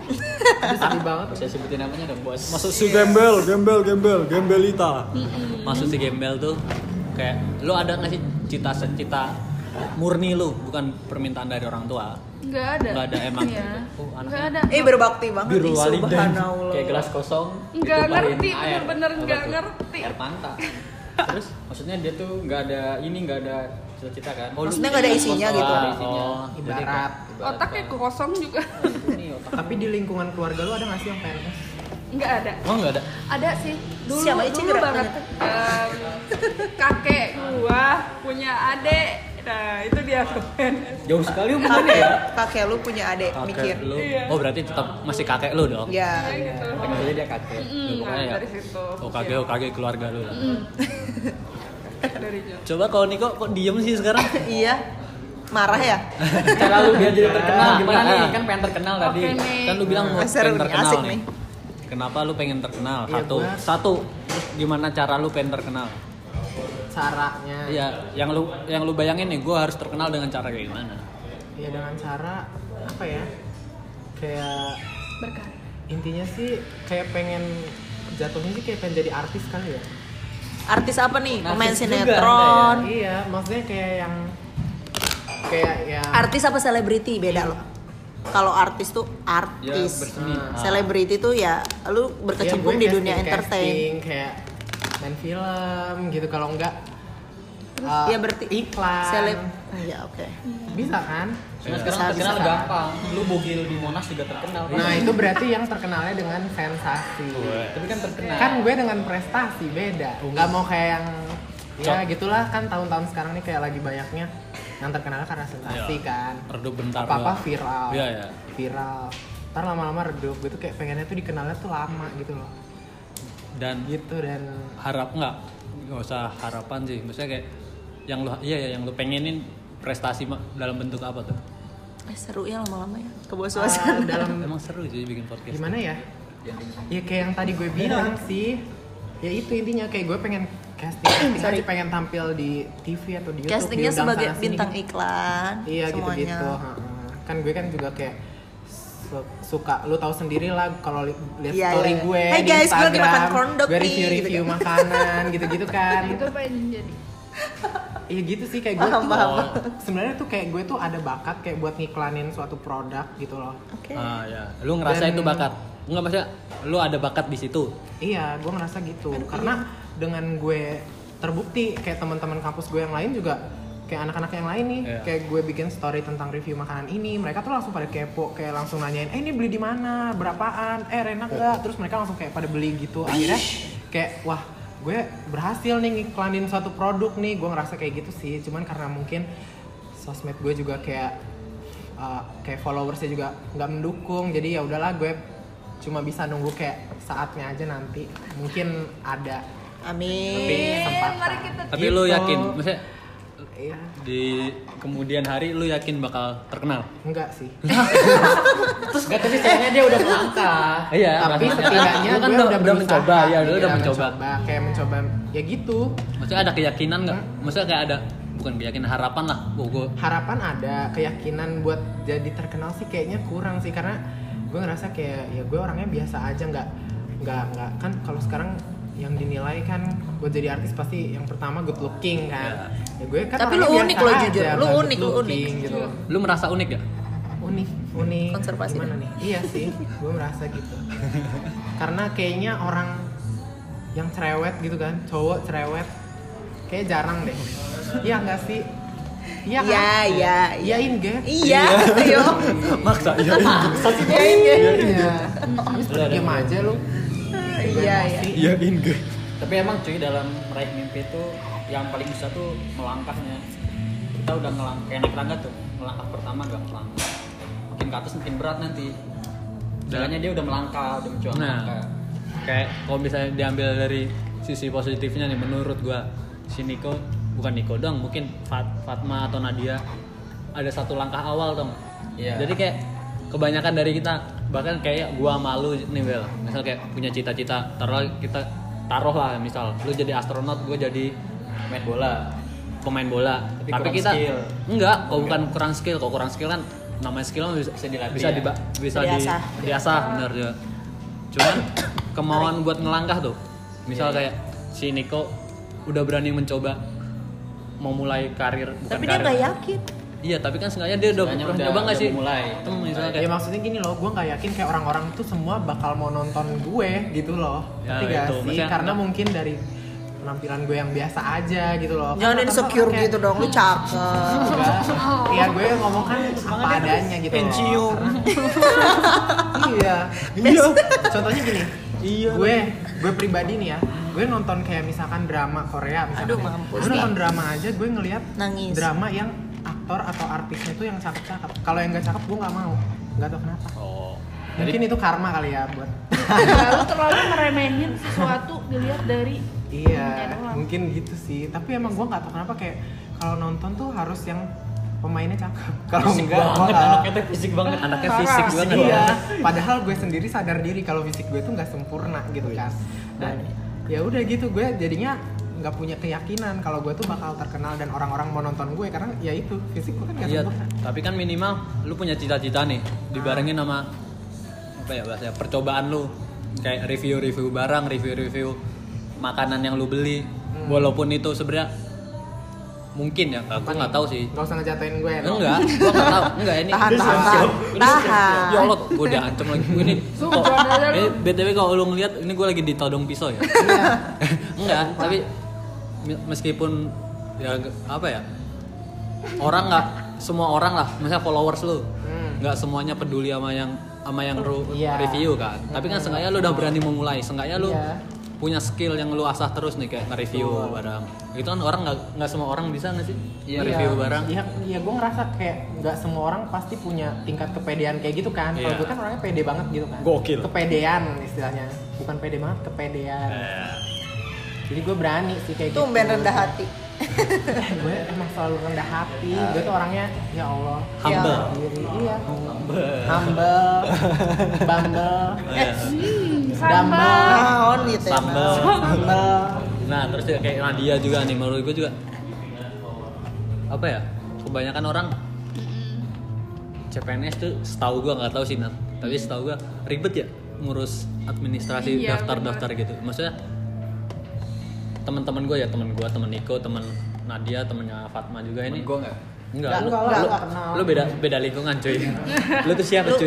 Itu sedih banget. Saya sebutin namanya dong bos. maksud si gembel, gembel, gembel, gembelita. Maksud si gembel tuh kayak lu ada nggak sih cita-cita murni lu, bukan permintaan dari orang tua? Nggak ada. Nggak ada emang. Iya. Oh, anaknya. Nggak ada. Eh berbakti banget Biru ih, walidain. subhanallah. Kayak gelas kosong. Nggak ditumpahin ngerti, air. bener-bener Apa nggak tuh? ngerti. Air pantai. Terus maksudnya dia tuh nggak ada ini nggak ada cita-cita kan? Oh, lu- Maksudnya nggak ada isinya Kosong, gitu. nggak ada isinya. Oh, Jadi ibarat. kayak- Otaknya kosong juga. Itu nih otak. Tapi di lingkungan keluarga lu ada nggak sih yang P N S? Nggak ada. Oh nggak ada. Ada sih. Dulu Siapa Ici dulu gerak banget. Em, kakek gua punya adik. Nah itu dia ke P N S. Jauh sekali hubungannya ya. Kakek lu punya adik mikir. Kakek lu. Iya. Oh berarti tetap masih kakek lu dong. Ya. Kayak gitu. Panggil aja dia kakek. Mm, Ya, pokoknya nah, ya. dari situ. Oh kakek, oh kakek keluarga lu lah. Mm. Dari jauh. Coba kalau Niko kok diem sih sekarang? Iya. Marah ya? Cara lu biar jadi terkenal Nah, gimana nah. nih? Kan pengen terkenal tadi. Oke nih. Kan lu bilang mau Ah, seru pengen nih, terkenal asik nih. nih. Kenapa lu pengen terkenal? Iya, Satu, gua- satu. Terus gimana cara lu pengen terkenal? Caranya. Iya, yang lu yang lu bayangin nih, gue harus terkenal dengan cara kayak gimana? Ya dengan cara apa ya? Kayak Berkarya. intinya sih kayak pengen jatuhnya sih kayak pengen jadi artis kali ya. Artis apa nih? Pemain Narsis juga sinetron. Iya, maksudnya kayak yang kayak ya Artis apa selebriti beda loh. Kalau artis tuh Ya artis. berseni. Hmm. Selebriti tuh ya lu berkecimpung di Iya, gue dunia casting- entertain. casting, kayak main film gitu, kalau enggak uh, ya berarti iklan seleb. Ah, ya oke. bisa kan. Cuma Bisa, sekarang terkenal bisa. gampang. Lu bugil di Monas juga terkenal. Nah itu berarti yang terkenalnya dengan sensasi. Tapi kan terkenal. Kan gue dengan prestasi beda. Nggak mau kayak yang ya Cok. gitulah, kan tahun-tahun sekarang nih kayak lagi banyaknya yang terkenalnya karena sensasi Iya. kan. Redup bentar. Apa apa doang. viral. Iya ya. Viral. Ntar lama-lama redup gitu, kayak pengennya tuh dikenalnya tuh lama gitu loh. Dan Gitu dan harap nggak, nggak usah harapan sih. Maksudnya kayak yang lu iya ya yang lu pengenin prestasi ma- dalam bentuk apa tuh? Eh, seru ya lama-lama ya. Kebawa uh, suasana. dalam Emang seru sih bikin podcast. gimana ya? Ya kayak yang tadi gue bilang sih. Ya itu intinya kayak gue pengen casting, casting Sorry. aja, pengen tampil di T V atau di YouTube. Castingnya diundang sebagai sana sini bintang gitu. iklan. Iya semuanya. gitu-gitu. heeh. Kan gue kan juga kayak su- suka, lu tahu sendiri lah kalau li- lihat Iya, story iya. gue Hey di guys, gue lagi Instagram, makan corn dog gue nih, review-review gitu kan. makanan gitu-gitu kan. Itu pengen jadi ya gitu sih kayak gue Paham, tuh paham. sebenarnya tuh kayak gue tuh ada bakat kayak buat ngiklanin suatu produk gitu loh. Oke. Ah ya, lu ngerasa Dan- itu bakat? Enggak, maksudnya lu ada bakat di situ. Iya, gue ngerasa gitu. Karena dengan gue terbukti kayak teman-teman kampus gue yang lain juga kayak anak-anak yang lain nih, Iya. kayak gue bikin story tentang review makanan ini, mereka tuh langsung pada kepo, kayak langsung nanyain, eh ini beli di mana, berapaan, eh enak gak? Terus mereka langsung kayak pada beli gitu. Akhirnya kayak wah, gue berhasil nih ngiklanin suatu produk nih, gue ngerasa kayak gitu sih. Cuman karena mungkin sosmed gue juga kayak uh, kayak followersnya juga nggak mendukung, jadi ya udahlah gue cuma bisa nunggu kayak saatnya aja nanti mungkin ada. Amin. Kesempatan. mari kita Tapi lu Gitu. yakin, maksudnya Iya, di kemudian hari lu yakin bakal terkenal? enggak sih. Terus gak tapi setidaknya dia udah melangkah. Iya, Tapi maksudnya setidaknya lu kan gue udah, udah, udah berusaha. mencoba, ya lu Iya, udah mencoba. kayak mencoba ya gitu. Maksudnya ada keyakinan nggak? Maksudnya kayak ada bukan keyakinan, harapan lah. Oh, gua Harapan ada, keyakinan buat jadi terkenal sih kayaknya kurang sih karena gue ngerasa kayak ya gue orangnya biasa aja, nggak nggak nggak kan kalau sekarang yang dinilai kan buat jadi artis pasti yang pertama good looking kan. Ya gue kan Tapi lu orangnya unik biasa lo aja, jujur. Lu nggak good unik, lu looking unik. gitu. lu merasa unik ya? Unik, unik. Konservasi Gimana dong. nih? Iya sih, gue merasa gitu. Karena kayaknya orang yang cerewet gitu kan, cowok cerewet, kayak jarang deh. Iya nggak sih? Iya kan? Iya, iya, iya. Iyain ge. Iya, ayo. Maksa ya. Iyain ya. Iya. Habis Udah, diam udah. aja lu. Iya, iya. Iyain gue. Tapi emang cuy dalam meraih mimpi itu yang paling susah tuh melangkahnya. Kita udah ngelangkah kayak naik tangga tuh. Melangkah pertama gampang. Makin ke atas makin berat nanti. Jalannya dia udah melangkah, udah mencoba Nah, melangkah. kayak kalau misalnya diambil dari sisi positifnya nih, menurut gua si Niko, bukan Niko dong, mungkin Fat, Fatma atau Nadia ada satu langkah awal dong. Iya. Jadi kayak kebanyakan dari kita, bahkan kayak gua malu nih Bel, misal kayak punya cita-cita, taruh kita taruh lah misal lu jadi astronot, gua jadi Main bola. pemain bola. Tapi Tapi, kurang kita skill. enggak, kalau bukan kurang skill, kalau kurang skill kan namanya skill mah bisa Bisa dilatih bisa ya? diba- bisa di Diasah. diasah, bener juga. Cuman kemauan buat ngelangkah tuh. Misal Iya. kayak si Niko udah berani mencoba mau mulai karir, bukan Tapi dia karir. nggak yakin. Iya, tapi kan seenggaknya dia udah Seenggaknya pernah udah- coba nggak udah sih? mulai. Hmm, misalnya Ya kayak maksudnya gini loh, gue nggak yakin kayak orang-orang tuh semua bakal mau nonton gue gitu loh. Ya, Ngerti gak itu. sih? Maksudnya- Karena mungkin dari penampilan gue yang biasa aja gitu loh. Jangan Kan insecure orang-orang gitu dong, lu cakep. Enggak. Ya gue ngomong kan apa adanya gitu loh. Pensiun. Karena- Iya. Iya. Contohnya gini. Iya. Gue gue pribadi nih ya. Gue nonton kayak misalkan drama Korea misalkan. Aduh, mampus Gue nonton nih. drama aja gue ngelihat Nangis. drama yang aktor atau artisnya tuh yang cakep-cakep. Kalau yang gak cakep gue nggak mau. Nggak tahu kenapa. oh. Mungkin itu karma kali ya buat. Lalu terlalu meremehin sesuatu dilihat dari Iya, doang. mungkin gitu sih. Tapi emang gue nggak tahu kenapa kayak kalau nonton tuh harus yang pemainnya cakep. Kalau Fisik enggak, banget, wah. anaknya tuh fisik banget. Anaknya Parah. fisik banget. Iya, padahal gue sendiri sadar diri kalau fisik gue tuh nggak sempurna gitu kan. Dan ya udah gitu gue jadinya nggak punya keyakinan kalau gue tuh bakal terkenal dan orang-orang mau nonton gue karena ya itu fisik gue kan nggak Iya, sempurna. tapi kan minimal lu punya cita-cita nih, dibarengin sama apa ya bahasanya, percobaan lu kayak review-review barang, review-review makanan yang lu beli, Hmm. walaupun itu sebenarnya mungkin ya, aku nggak tahu sih. Nggak usah ngejatuhin gue. no? Enggak, gua nggak tahu. Enggak ini. Tahan, ini tahan, siap. tahan. Ini Tahan. siap. Ya Allah, gua udah ancam lagi. Ini Tuh, kok. jangan aja lu. Ini B T W kalau lu ngeliat ini gua lagi ditodong pisau ya. Enggak, tapi mi- meskipun ya g- apa ya? Orang nggak semua orang lah, misalnya followers lu. Hmm. Nggak semuanya peduli sama yang sama yang ru- Iya. review kan. Tapi kan seenggaknya lu udah berani memulai, seenggaknya lu Iya. punya skill yang lu asah terus nih kayak nge-review barang. Itu kan orang nggak nggak semua orang bisa nggak sih? Iya. Nge-review barang. Iya, iya gue ngerasa kayak nggak semua orang pasti punya tingkat kepedean kayak gitu kan. Kalau Iya. gue kan orangnya pede banget gitu kan. Gokil. Kepedean istilahnya, bukan pede banget, kepedean. Eh, Jadi gue berani sih kayak Tumben gitu. rendah hati. Gue emang selalu rendah hati. Gue tuh orangnya ya Allah. Humble. ya diri. Iya. Humble. Bumble. Iya. Hmm, Dumbbell. sambal. Naon gitu ya. Sambal. Sambel. Nah terus juga kayak Nadia juga nih, menurut gue juga apa ya, kebanyakan orang C P N S tuh setahu gue, nggak tahu sih Nat, tapi setahu gue ribet ya ngurus administrasi Iya, daftar-daftar gitu. Maksudnya teman-teman gue ya, teman gue, teman Niko, teman Nadia temennya Fatma juga ini. Gue nggak. Enggak, Enggak, lu, enggak, lu, enggak kenal. lu beda beda lingkungan cuy. Lu tuh siapa Lu- cuy?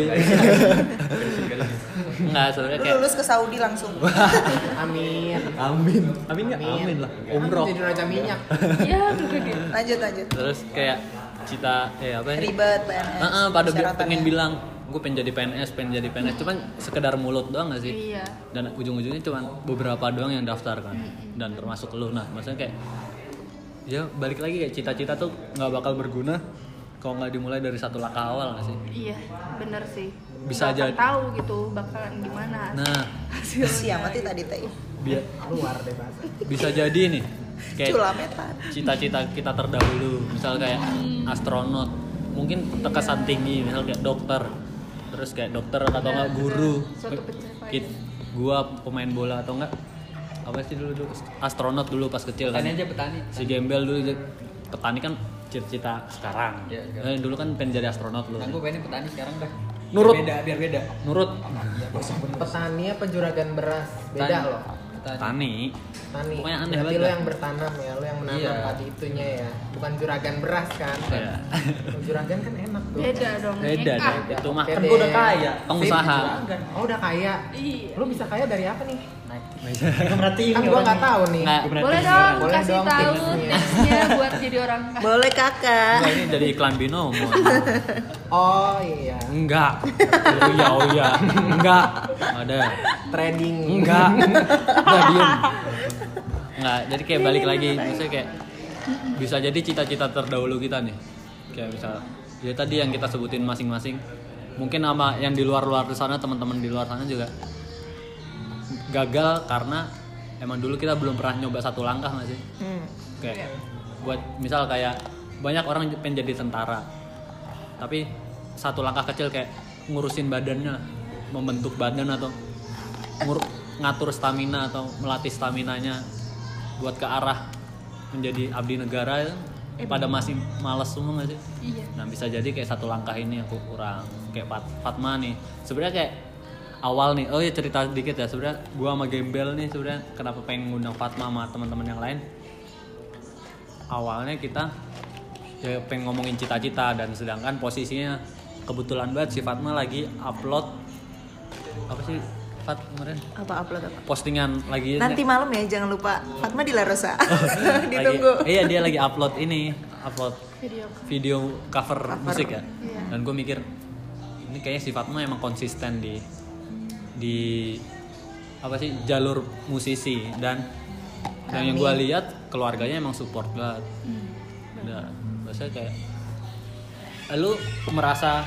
Enggak, sebenarnya Lu kayak lulus ke Saudi langsung. Amin. amin. Amin enggak? Amin lah. Umroh. Jadi raja minyak. Iya kayak gitu. Lanjut lanjut. Terus kayak cita eh apa ya? Ribet P N S. Heeh, pada bi- persyaratannya. pengen bilang gue pengen jadi P N S, pengen jadi P N S, cuman sekedar mulut doang gak sih? Iya. Dan ujung-ujungnya cuman beberapa doang yang daftar kan, dan termasuk lu. Nah, maksudnya kayak ya balik lagi kayak cita-cita tuh nggak bakal berguna kalau nggak dimulai dari satu langkah awal nggak sih? Iya, bener sih. Bisa Nggak akan jadi- tahu gitu bakalan gimana Nah, hasilnya. Siapa sih tadi teh? biar Keluar deh bahasa. bisa jadi nih kayak Culametan. cita-cita kita terdahulu, misal kayak astronot, mungkin terkesan tinggi, misal kayak dokter, terus kayak dokter atau enggak guru. Suatu pencapaian. Kit, gua pemain bola atau enggak apa sih dulu dulu astronot dulu pas kecil kan. Petani aja petani. Si Gembel dulu jadi petani kan cita-cita sekarang. Iya, sekarang. Eh, dulu kan pengen jadi astronot lu. Kan gue pengen petani sekarang dah. Nurut. Biar beda, biar beda. Nurut Petani apa juragan beras? Beda Petani. loh. Petani. tani. Tani. Pokoknya aneh Berarti banget lo dah. yang bertanam ya, lo yang menanam Iya. padi itunya ya. Bukan juragan beras kan? Iya. Kalau juragan kan enak tuh. Beda dong. Beda Ah, deh. Itu mah Oke kan deh. gua udah kaya, pengusaha. Oh udah kaya. Iya. Lo bisa kaya dari apa nih? Naik. Merhatiin Kan gua nggak tahu nih. Nggak. Boleh dong Boleh kasih dong tahu tipsnya. tipsnya buat jadi orang kaya. Boleh kakak. Enggak, ini dari iklan binomo. Oh iya. Enggak. Oh iya, oh iya. Enggak. Ada. Trading. Enggak. Enggak diem. Enggak, jadi kayak balik lagi, maksudnya kayak bisa jadi cita-cita terdahulu kita nih. Kayak bisa ya tadi yang kita sebutin masing-masing. Mungkin sama yang di luar-luar di sana, teman-teman di luar sana juga gagal karena emang dulu kita belum pernah nyoba satu langkah nggak sih? Hmm. Kayak buat misal kayak banyak orang pengen jadi tentara, tapi satu langkah kecil kayak ngurusin badannya, membentuk badan atau ngur- ngatur stamina atau melatih staminanya buat ke arah menjadi abdi negara, Eh, pada masih malas semua nggak sih? Iya. Nah bisa jadi kayak satu langkah ini aku kurang. Kayak Fat- Fatma nih, sebenarnya kayak awal nih, oh ya cerita dikit ya, sebenarnya gua sama Gembel nih sebenarnya kenapa pengen ngundang Fatma sama teman-teman yang lain. Awalnya kita ya pengen ngomongin cita-cita, dan sedangkan posisinya kebetulan banget si Fatma lagi upload apa sih Fat kemarin Apa upload apa? postingan lagi Nanti malam ya, jangan lupa Fatma di La Rosa. lagi, Ditunggu. iya dia lagi upload ini upload Video. video cover, Cover. musik ya. Iya. Dan gue mikir ini kayaknya si Fatma emang konsisten di di apa sih jalur musisi, dan dan yang gue lihat keluarganya emang support banget. Nah, maksudnya kayak lu merasa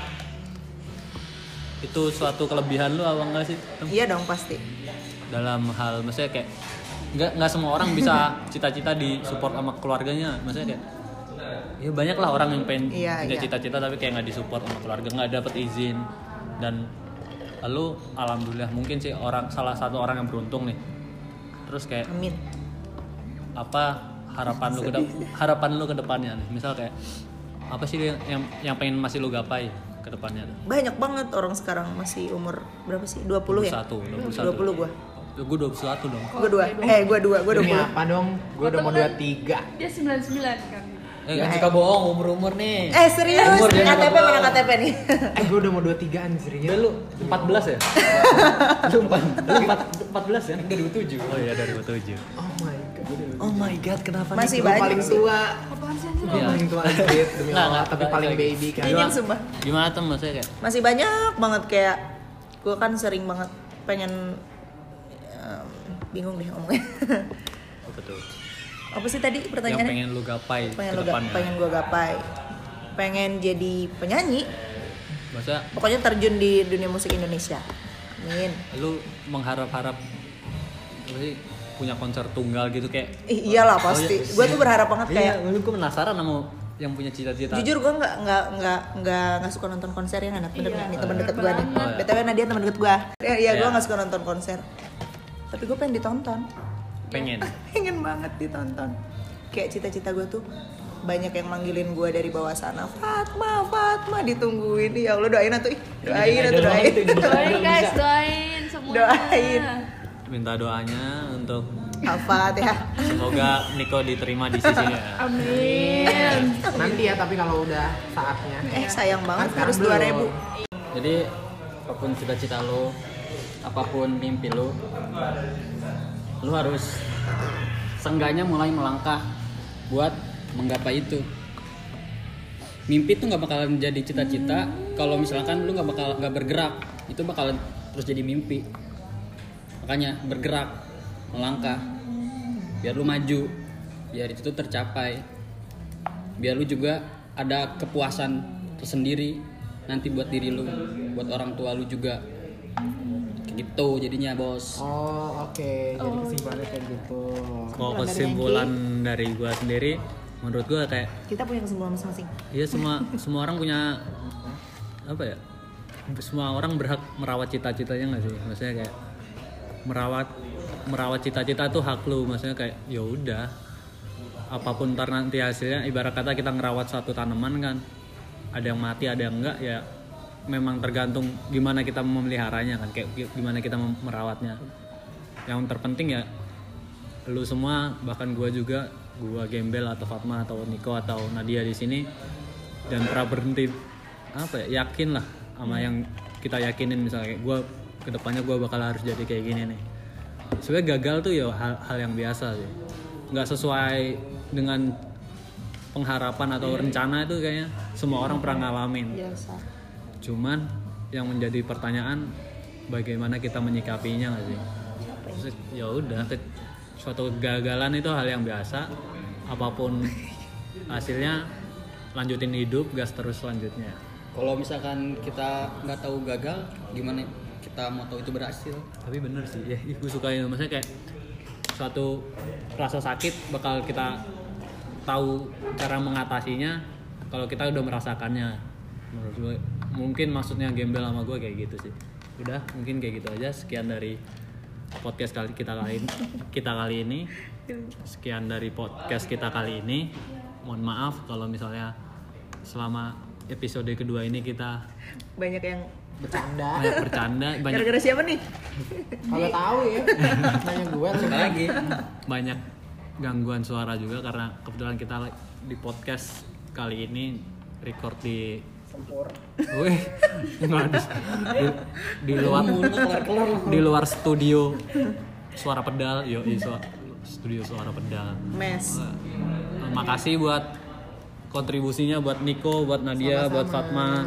itu suatu kelebihan lu apa enggak sih Tem? Iya dong pasti. Dalam hal maksudnya kayak nggak nggak semua orang bisa cita-cita di support sama keluarganya, maksudnya kayak ya banyak lah orang yang pengen Iya, punya iya. cita-cita tapi kayak nggak disupport sama keluarga, nggak dapet izin. Dan lalu alhamdulillah mungkin sih orang salah satu orang yang beruntung nih, terus kayak Amin. apa harapan lu ke de- harapan lu ke depannya nih, misal kayak apa sih yang yang, yang pengen masih lu gapai ke depannya? Banyak banget orang sekarang masih umur berapa sih? dua puluh ya? dua puluh satu. dua puluh gua. Gue dua puluh satu dong. Gua dua. Eh, gua dua, gua Demi dua puluh. apa dong? Gue udah mau dua tiga. Dia sembilan puluh sembilan kan. Eh, jangan suka bohong umur-umur nih. Eh, serius? Umur K jangan T P suka mana bohong. K T P nih? Eh gue udah mau dua tiga anjir Ya ya. lu empat belas ya? Lu empat lu empat empat belas ya? dua ribu tujuh. Oh iya dua ribu tujuh. Oh my god. Oh my god, kenapa Masih Gue banyak paling sih. tua. Apaan sih anjir? Gue Iya. paling tua anjir demi Nggak, Allah, nggak, tapi nggak, paling nggak. baby kan. Ini sumpah. Gimana tuh maksudnya kayak? Masih banyak banget kayak gua kan sering banget pengen em, bingung deh ngomongnya. Oh, betul. Apa sih tadi Yang pertanyaannya? pengen lu gapai pengen ke lo ga- depannya. pengen gua gapai. Pengen jadi penyanyi. Maksudnya Pokoknya terjun di dunia musik Indonesia. Amin. lu mengharap-harap apa sih punya konser tunggal gitu kayak Ih, iyalah Oh, pasti. iya. Gua tuh berharap banget kayak iya, gue penasaran sama yang punya cita-cita. jujur gue nggak nggak nggak nggak nggak suka nonton konser yang anak bener Iya, nih teman bener dekat gue nih. banget. B T W Nadia teman deket gue. Ya, iya gue Iya. nggak suka nonton konser. Tapi gue pengen ditonton. pengen. Pengen banget ditonton. Kayak cita-cita gue tuh banyak yang manggilin gue dari bawah sana. Fatma, Fatma ditungguin. Ya Allah doain atuh. Ih, doain atuh doain. Doain guys, doain semua. Doain. Minta doanya untuk Al-Fatihah. Semoga Niko diterima di sisinya. Amin. Nanti ya, tapi kalau udah saatnya. Eh sayang banget Kan harus sekarang dua belum. ribu. Jadi apapun cita-cita lo, apapun mimpi lo, lo harus seenggaknya mulai melangkah buat menggapai itu. Mimpi tuh nggak bakalan jadi cita-cita kalau misalkan lu nggak bakal nggak bergerak, itu bakalan terus jadi mimpi. Makanya bergerak, melangkah, biar lu maju, biar itu tuh tercapai, biar lu juga ada kepuasan tersendiri nanti buat diri lu, buat orang tua lu juga. Kayak gitu jadinya bos. Oh oke, jadi kesimpulannya kayak gitu. Kalau kesimpulan dari gua sendiri, menurut gua kayak Kita punya kesimpulan masing-masing. iya semua semua orang punya apa ya? Semua orang berhak merawat cita-citanya nggak sih? Maksudnya kayak merawat merawat cita-cita tuh hak lu. Maksudnya kayak ya udah apapun ntar nanti hasilnya, ibarat kata kita ngerawat satu tanaman kan, ada yang mati ada yang enggak, ya memang tergantung gimana kita memeliharanya kan, kayak gimana kita merawatnya. Yang terpenting ya lu semua, bahkan gua juga, gua Gembel atau Fatma atau Niko atau Nadia di sini, dan pernah berhenti apa ya, yakin lah sama yang kita yakinin. Misalnya kayak gua kedepannya gua bakal harus jadi kayak gini nih. Sebenarnya gagal tuh ya hal, hal yang biasa sih, nggak sesuai dengan pengharapan atau rencana, itu kayaknya semua orang pernah ngalamin. Biasa. Cuman yang menjadi pertanyaan bagaimana kita menyikapinya nggak sih? Maksudnya, ya udah, ke- suatu kegagalan itu hal yang biasa. Apapun hasilnya, lanjutin hidup, gas terus selanjutnya. Kalau misalkan kita nggak tahu gagal, gimana kita mau tahu itu berhasil? Tapi bener sih, ya gue suka itu. Maksudnya kayak suatu rasa sakit bakal kita tahu cara mengatasinya kalau kita udah merasakannya. Menurut gue, mungkin maksudnya Gembel sama gue kayak gitu sih. Udah, mungkin kayak gitu aja. Sekian dari podcast kali kita kali ini, kita kali ini. Sekian dari podcast kita kali ini. Mohon maaf kalau misalnya selama episode kedua ini kita Banyak yang Bercanda. banyak bercanda, banyak gara-gara siapa nih? Kalau tahu ya, nanya gue Coba lagi. banyak gangguan suara juga karena kebetulan kita di podcast kali ini record di Wih, nggak ada. di, di luar di luar studio suara pedal, yo studio suara pedal. Mes. Eh, makasih buat kontribusinya, buat Niko, buat Nadia, buat Fatma,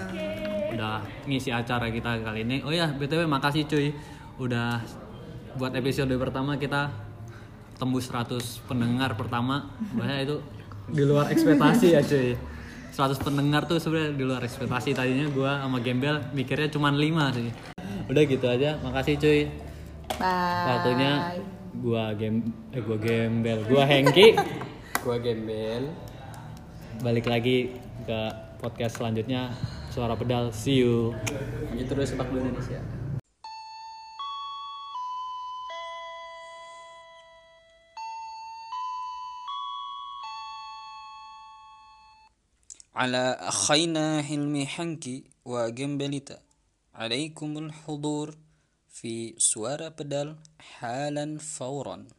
udah ngisi acara kita kali ini. Oh ya, btw makasih cuy, udah buat episode pertama kita tembus seratus pendengar pertama. Bahaya itu di luar ekspektasi ya cuy. seratus pendengar tuh sebenarnya di luar ekspektasi. Tadinya gua sama Gembel mikirnya cuma lima sih. Udah gitu aja. Makasih cuy. Bye. Waktunya gua gem eh gua Gembel, gua Hengki, Gua Gembel. balik lagi ke podcast selanjutnya Suara Pedal. See you. Maju terus sepak bola Indonesia. على أخينا حلمي حنكي وجنبلتا عليكم الحضور في سوارة بدل حالا فورا.